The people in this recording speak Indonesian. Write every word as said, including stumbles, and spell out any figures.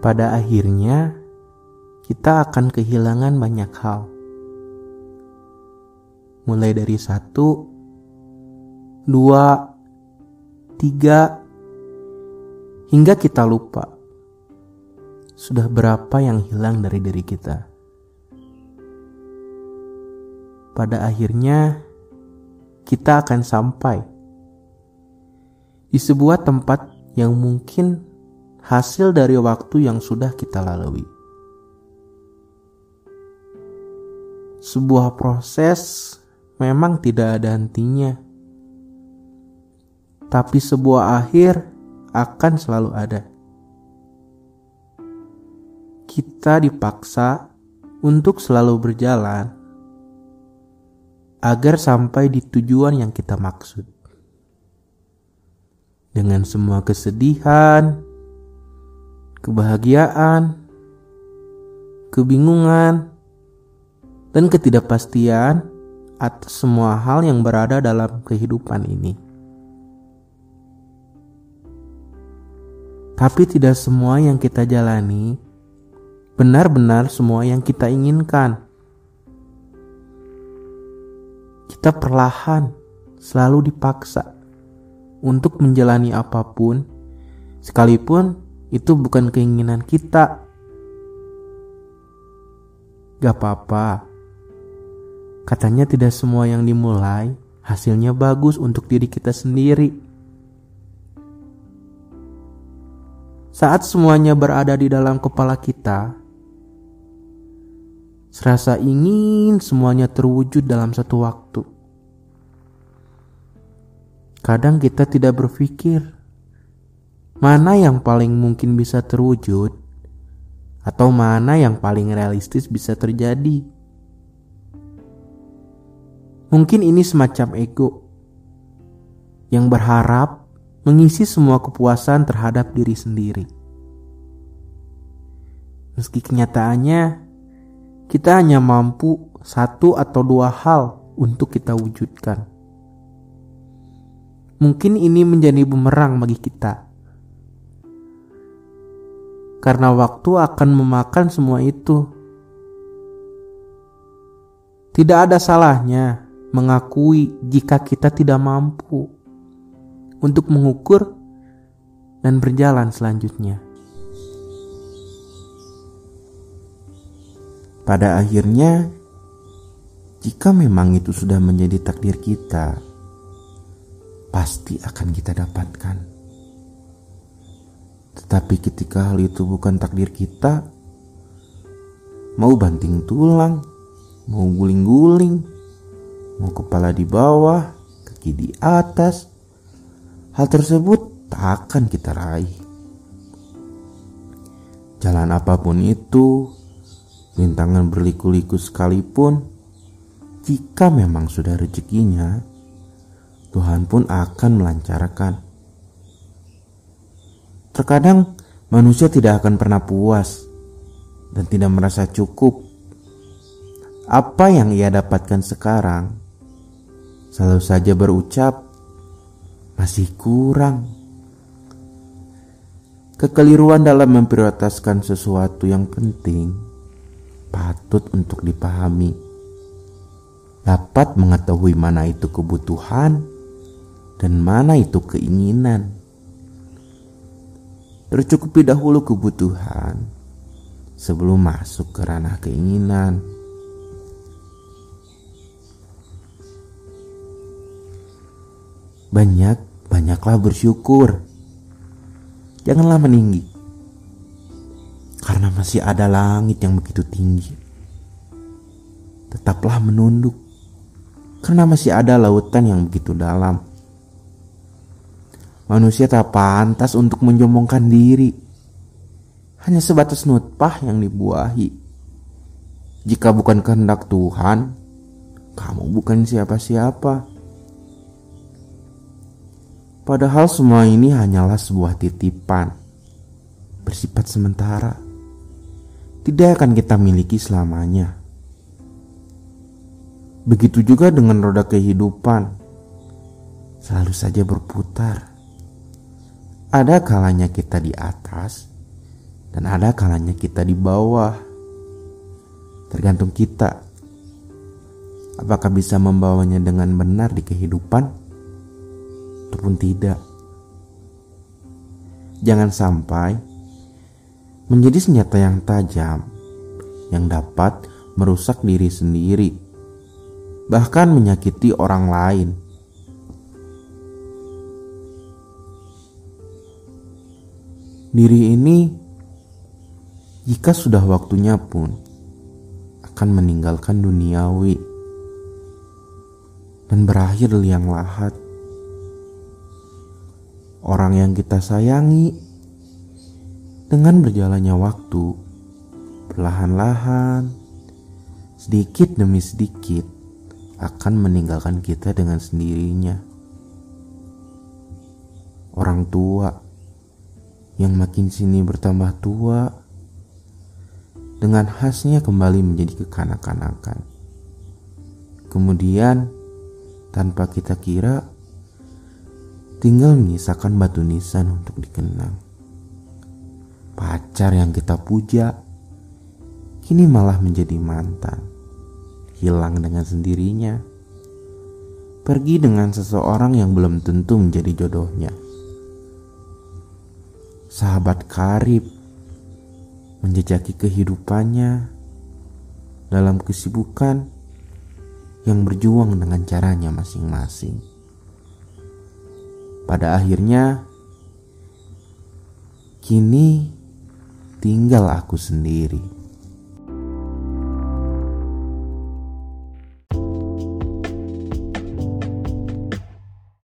pada akhirnya kita akan kehilangan banyak hal. Mulai dari satu, dua, tiga, hingga kita lupa sudah berapa yang hilang dari diri kita. Pada akhirnya kita akan sampai di sebuah tempat yang mungkin hasil dari waktu yang sudah kita lalui. Sebuah proses memang tidak ada hentinya, tapi sebuah akhir akan selalu ada. Kita dipaksa untuk selalu berjalan agar sampai di tujuan yang kita maksud. Dengan semua kesedihan, kebahagiaan, kebingungan, dan ketidakpastian atas semua hal yang berada dalam kehidupan ini. Tapi tidak semua yang kita jalani benar-benar semua yang kita inginkan. Kita perlahan selalu dipaksa untuk menjalani apapun, sekalipun itu bukan keinginan kita. Gak apa-apa. Katanya tidak semua yang dimulai hasilnya bagus untuk diri kita sendiri. Saat semuanya berada di dalam kepala kita, serasa ingin semuanya terwujud dalam satu waktu. Kadang kita tidak berpikir mana yang paling mungkin bisa terwujud atau mana yang paling realistis bisa terjadi. Mungkin ini semacam ego yang berharap mengisi semua kepuasan terhadap diri sendiri. Meski kenyataannya kita hanya mampu satu atau dua hal untuk kita wujudkan. Mungkin ini menjadi bumerang bagi kita, karena waktu akan memakan semua itu. Tidak ada salahnya mengakui jika kita tidak mampu untuk mengukur dan berjalan selanjutnya. Pada akhirnya, jika memang itu sudah menjadi takdir kita, pasti akan kita dapatkan. Tetapi ketika hal itu bukan takdir kita, mau banting tulang, mau guling-guling, mau kepala di bawah, kaki di atas, hal tersebut tak akan kita raih. Jalan apapun itu, rintangan berliku-liku sekalipun, jika memang sudah rezekinya, Tuhan pun akan melancarkan. Terkadang manusia tidak akan pernah puas dan tidak merasa cukup. Apa yang ia dapatkan sekarang selalu saja berucap masih kurang. Kekeliruan dalam memprioritaskan sesuatu yang penting patut untuk dipahami. Dapat mengetahui mana itu kebutuhan dan mana itu keinginan. Tercukupi dahulu kebutuhan sebelum masuk ke ranah keinginan. Banyak-banyaklah bersyukur. Janganlah meninggi, karena masih ada langit yang begitu tinggi. Tetaplah menunduk, karena masih ada lautan yang begitu dalam. Manusia tak pantas untuk menyombongkan diri, hanya sebatas nutfah yang dibuahi. Jika bukan kehendak Tuhan, kamu bukan siapa-siapa. Padahal semua ini hanyalah sebuah titipan, bersifat sementara. Tidak akan kita miliki selamanya. Begitu juga dengan roda kehidupan, selalu saja berputar. Ada kalanya kita di atas, dan ada kalanya kita di bawah. Tergantung kita, apakah bisa membawanya dengan benar di kehidupan ataupun tidak. Jangan sampai menjadi senjata yang tajam yang dapat merusak diri sendiri, bahkan menyakiti orang lain. Diri ini, jika sudah waktunya pun, akan meninggalkan duniawi dan berakhir liang lahat. Orang yang kita sayangi, dengan berjalannya waktu, perlahan-lahan, sedikit demi sedikit, akan meninggalkan kita dengan sendirinya. Orang tua yang makin sini bertambah tua, dengan khasnya kembali menjadi kekanak-kanakan. Kemudian, tanpa kita kira, tinggal menyisakan batu nisan untuk dikenang. Pacar yang kita puja, kini malah menjadi mantan, hilang dengan sendirinya, pergi dengan seseorang yang belum tentu menjadi jodohnya. Sahabat karib menjejaki kehidupannya dalam kesibukan yang berjuang dengan caranya masing-masing. Pada akhirnya, kini tinggal aku sendiri.